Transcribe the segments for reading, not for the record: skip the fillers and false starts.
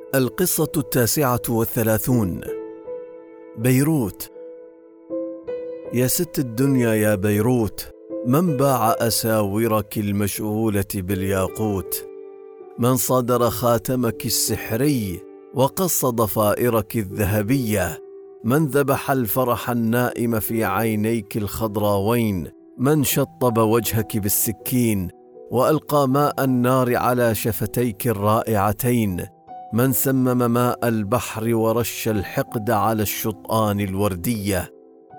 القصة 39. بيروت. يا ست الدنيا يا بيروت، من باع أساورك المشغولة بالياقوت؟ من صدر خاتمك السحري وقص ضفائرك الذهبية؟ من ذبح الفرح النائم في عينيك الخضراوين؟ من شطب وجهك بالسكين وألقى ماء النار على شفتيك الرائعتين؟ من سمم ماء البحر ورش الحقد على الشطآن الوردية؟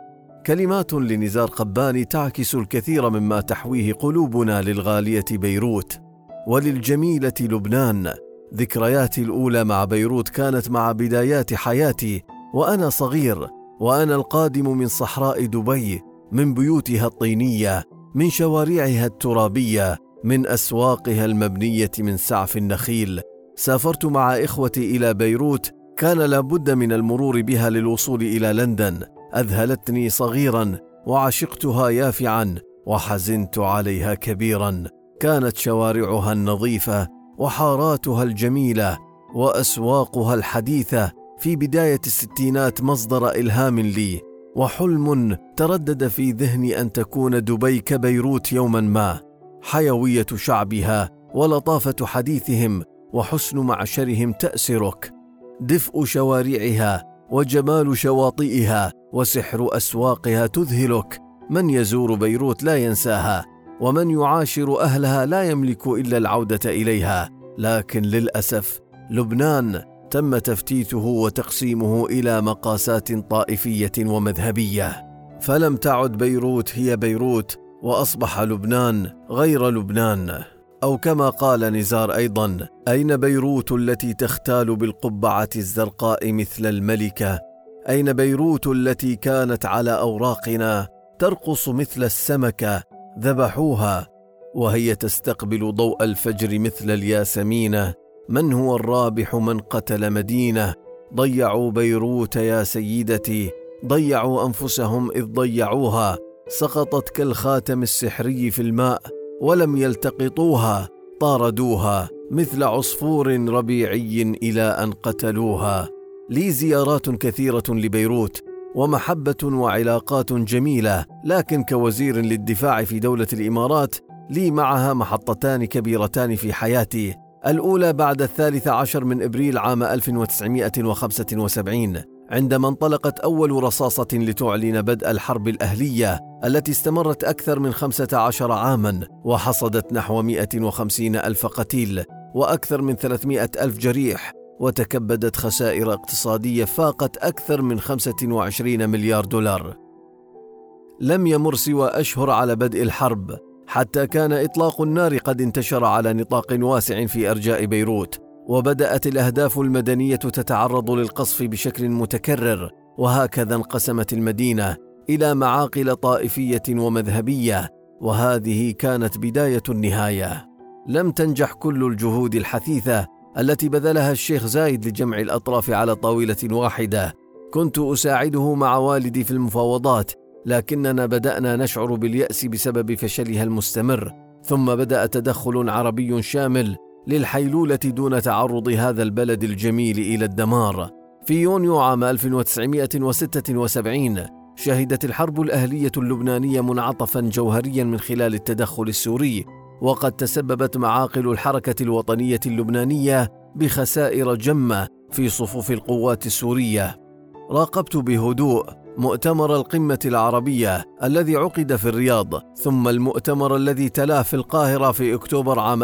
كلمات لنزار قباني تعكس الكثير مما تحويه قلوبنا للغالية بيروت وللجميلة لبنان. ذكرياتي الأولى مع بيروت كانت مع بدايات حياتي وأنا صغير، وأنا القادم من صحراء دبي، من بيوتها الطينية، من شوارعها الترابية، من أسواقها المبنية من سعف النخيل. سافرت مع إخوتي إلى بيروت، كان لابد من المرور بها للوصول إلى لندن. أذهلتني صغيرا وعشقتها يافعا وحزنت عليها كبيرا. كانت شوارعها النظيفة وحاراتها الجميلة وأسواقها الحديثة في بداية الستينات مصدر إلهام لي، وحلم تردد في ذهني أن تكون دبي كبيروت يوما ما. حيوية شعبها ولطافة حديثهم وحسن معشرهم تأسرك، دفء شوارعها وجمال شواطئها وسحر أسواقها تذهلك. من يزور بيروت لا ينساها، ومن يعاشر أهلها لا يملك إلا العودة إليها. لكن للأسف لبنان تم تفتيته وتقسيمه إلى مقاسات طائفية ومذهبية، فلم تعد بيروت هي بيروت، وأصبح لبنان غير لبنان. أو كما قال نزار أيضا: أين بيروت التي تختال بالقبعة الزرقاء مثل الملكة؟ أين بيروت التي كانت على أوراقنا ترقص مثل السمكة؟ ذبحوها وهي تستقبل ضوء الفجر مثل الياسمين. من هو الرابح من قتل مدينة؟ ضيعوا بيروت يا سيدتي، ضيعوا أنفسهم إذ ضيعوها. سقطت كالخاتم السحري في الماء ولم يلتقطوها، طاردوها مثل عصفور ربيعي إلى أن قتلوها. لي زيارات كثيرة لبيروت ومحبة وعلاقات جميلة، لكن كوزير للدفاع في دولة الإمارات لي معها محطتان كبيرتان في حياتي. الأولى بعد 13 من إبريل عام 1975، عندما انطلقت أول رصاصة لتعلن بدء الحرب الأهلية التي استمرت أكثر من 15 عاما وحصدت نحو 150 ألف قتيل وأكثر من 300 ألف جريح، وتكبدت خسائر اقتصادية فاقت أكثر من 25 مليار دولار. لم يمر سوى أشهر على بدء الحرب حتى كان إطلاق النار قد انتشر على نطاق واسع في أرجاء بيروت، وبدأت الأهداف المدنية تتعرض للقصف بشكل متكرر، وهكذا انقسمت المدينة إلى معاقل طائفية ومذهبية، وهذه كانت بداية النهاية. لم تنجح كل الجهود الحثيثة التي بذلها الشيخ زايد لجمع الأطراف على طاولة واحدة. كنت أساعده مع والدي في المفاوضات، لكننا بدأنا نشعر باليأس بسبب فشلها المستمر. ثم بدأ تدخل عربي شامل للحيلولة دون تعرض هذا البلد الجميل إلى الدمار. في يونيو عام 1976 شهدت الحرب الأهلية اللبنانية منعطفا جوهريا من خلال التدخل السوري، وقد تسببت معاقل الحركة الوطنية اللبنانية بخسائر جمة في صفوف القوات السورية. راقبت بهدوء مؤتمر القمة العربية الذي عقد في الرياض، ثم المؤتمر الذي تلاه في القاهرة في أكتوبر عام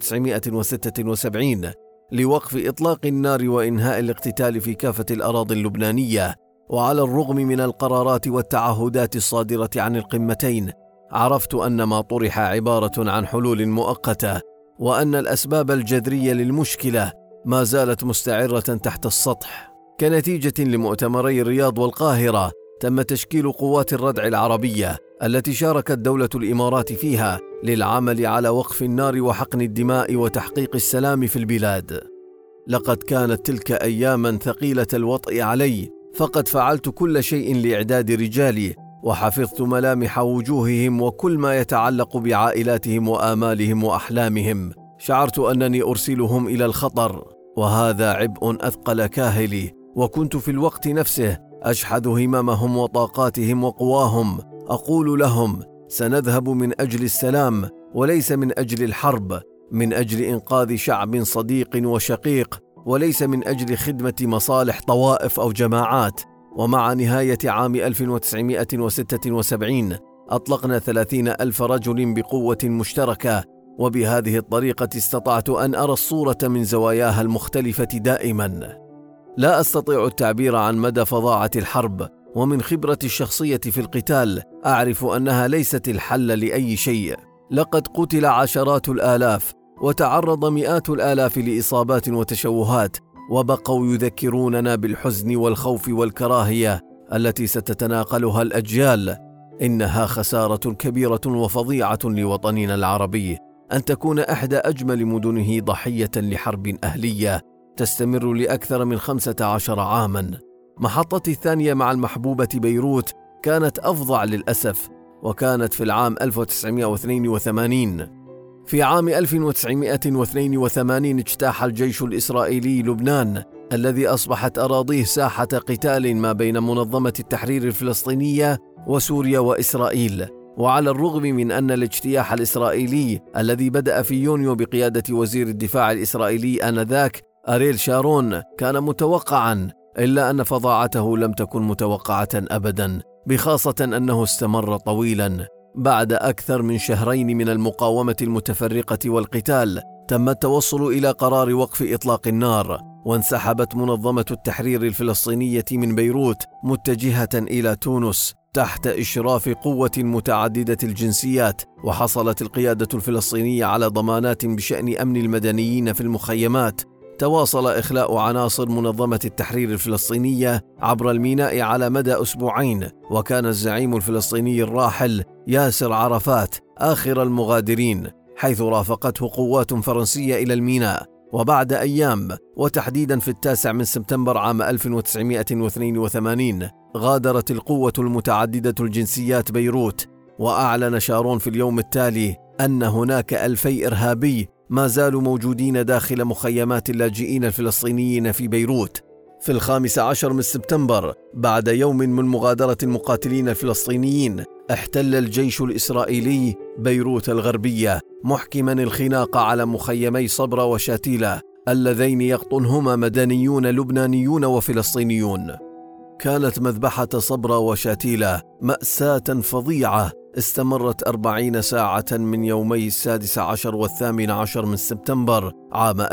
1976 لوقف إطلاق النار وإنهاء الاقتتال في كافة الأراضي اللبنانية. وعلى الرغم من القرارات والتعهدات الصادرة عن القمتين، عرفت أن ما طرح عبارة عن حلول مؤقتة، وأن الأسباب الجذرية للمشكلة ما زالت مستعرة تحت السطح. كنتيجة لمؤتمري الرياض والقاهرة تم تشكيل قوات الردع العربية التي شاركت دولة الإمارات فيها للعمل على وقف النار وحقن الدماء وتحقيق السلام في البلاد. لقد كانت تلك أياما ثقيلة الوطء علي، فقد فعلت كل شيء لإعداد رجالي، وحفظت ملامح وجوههم وكل ما يتعلق بعائلاتهم وآمالهم وأحلامهم. شعرت أنني أرسلهم إلى الخطر، وهذا عبء أثقل كاهلي، وكنت في الوقت نفسه أشحذ هممهم وطاقاتهم وقواهم، أقول لهم: سنذهب من أجل السلام وليس من أجل الحرب، من أجل إنقاذ شعب صديق وشقيق، وليس من أجل خدمة مصالح طوائف أو جماعات. ومع نهاية عام 1976 أطلقنا 30,000 رجل بقوة مشتركة، وبهذه الطريقة استطعت أن أرى الصورة من زواياها المختلفة دائما. لا أستطيع التعبير عن مدى فظاعة الحرب، ومن خبرتي الشخصية في القتال أعرف أنها ليست الحل لأي شيء. لقد قتل عشرات الآلاف، وتعرض مئات الآلاف لإصابات وتشوهات، وبقوا يذكروننا بالحزن والخوف والكراهية التي ستتناقلها الأجيال. إنها خسارة كبيرة وفظيعة لوطننا العربي أن تكون إحدى أجمل مدنه ضحية لحرب أهلية تستمر لأكثر من 15 عاماً. محطتي الثانية مع المحبوبة بيروت كانت أفظع للأسف، وكانت في العام 1982. في عام 1982 اجتاح الجيش الإسرائيلي لبنان، الذي أصبحت أراضيه ساحة قتال ما بين منظمة التحرير الفلسطينية وسوريا وإسرائيل. وعلى الرغم من أن الاجتياح الإسرائيلي الذي بدأ في يونيو بقيادة وزير الدفاع الإسرائيلي آنذاك أريل شارون كان متوقعاً، إلا أن فظاعته لم تكن متوقعة أبداً، بخاصة أنه استمر طويلاً. بعد أكثر من شهرين من المقاومة المتفرقة والقتال تم التوصل إلى قرار وقف إطلاق النار، وانسحبت منظمة التحرير الفلسطينية من بيروت متجهة إلى تونس تحت إشراف قوة متعددة الجنسيات. وحصلت القيادة الفلسطينية على ضمانات بشأن أمن المدنيين في المخيمات. تواصل إخلاء عناصر منظمة التحرير الفلسطينية عبر الميناء على مدى أسبوعين، وكان الزعيم الفلسطيني الراحل ياسر عرفات آخر المغادرين، حيث رافقته قوات فرنسية إلى الميناء. وبعد أيام، وتحديدا في 9 سبتمبر عام 1982، غادرت القوة المتعددة الجنسيات بيروت. وأعلن شارون في اليوم التالي أن هناك 2000 إرهابي ما زالوا موجودين داخل مخيمات اللاجئين الفلسطينيين في بيروت. في 15 سبتمبر، بعد يوم من مغادرة المقاتلين الفلسطينيين، احتل الجيش الإسرائيلي بيروت الغربية، محكما الخناق على مخيمي صبرا وشاتيلا اللذين يقطنهما مدنيون لبنانيون وفلسطينيون. كانت مذبحة صبرا وشاتيلا مأساة فظيعة استمرت 40 ساعة من يومي 16 و18 سبتمبر عام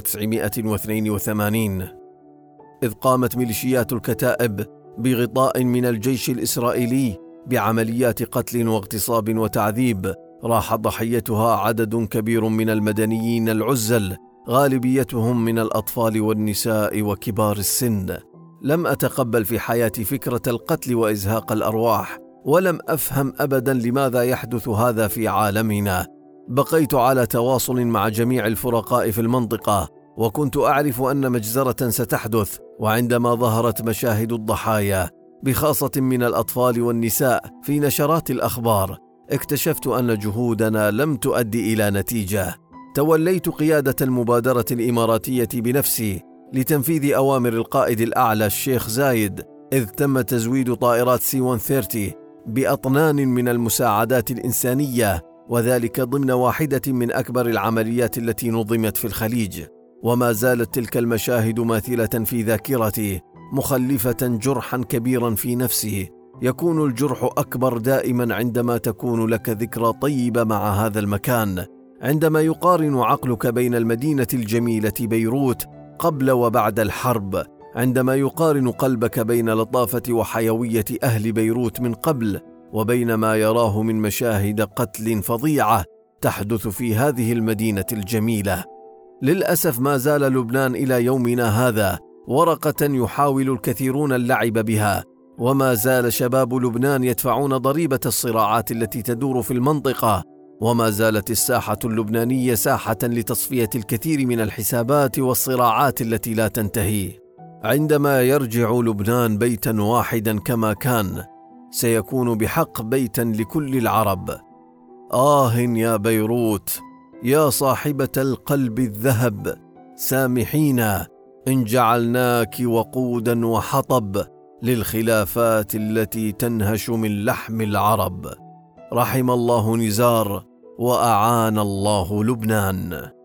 1982، إذ قامت ميليشيات الكتائب بغطاء من الجيش الإسرائيلي بعمليات قتل واغتصاب وتعذيب. راح ضحيتها عدد كبير من المدنيين العزل، غالبيتهم من الأطفال والنساء وكبار السن. لم أتقبل في حياتي فكرة القتل وإزهاق الأرواح، ولم أفهم أبدا لماذا يحدث هذا في عالمنا. بقيت على تواصل مع جميع الفرقاء في المنطقة، وكنت أعرف أن مجزرة ستحدث. وعندما ظهرت مشاهد الضحايا بخاصة من الأطفال والنساء في نشرات الأخبار، اكتشفت أن جهودنا لم تؤدي إلى نتيجة. توليت قيادة المبادرة الإماراتية بنفسي لتنفيذ أوامر القائد الأعلى الشيخ زايد، إذ تم تزويد طائرات C-130 بأطنان من المساعدات الإنسانية، وذلك ضمن واحدة من أكبر العمليات التي نظمت في الخليج. وما زالت تلك المشاهد ماثلة في ذاكرتي، مخلفة جرحا كبيرا في نفسي. يكون الجرح أكبر دائما عندما تكون لك ذكرى طيبة مع هذا المكان، عندما يقارن عقلك بين المدينة الجميلة بيروت قبل وبعد الحرب، عندما يقارن قلبك بين لطافة وحيوية أهل بيروت من قبل وبين ما يراه من مشاهد قتل فظيعة تحدث في هذه المدينة الجميلة. للأسف ما زال لبنان إلى يومنا هذا ورقة يحاول الكثيرون اللعب بها، وما زال شباب لبنان يدفعون ضريبة الصراعات التي تدور في المنطقة، وما زالت الساحة اللبنانية ساحة لتصفية الكثير من الحسابات والصراعات التي لا تنتهي. عندما يرجع لبنان بيتا واحدا كما كان، سيكون بحق بيتا لكل العرب. آه يا بيروت، يا صاحبة القلب الذهب، سامحينا إن جعلناك وقودا وحطب للخلافات التي تنهش من لحم العرب. رحم الله نزار وأعان الله لبنان.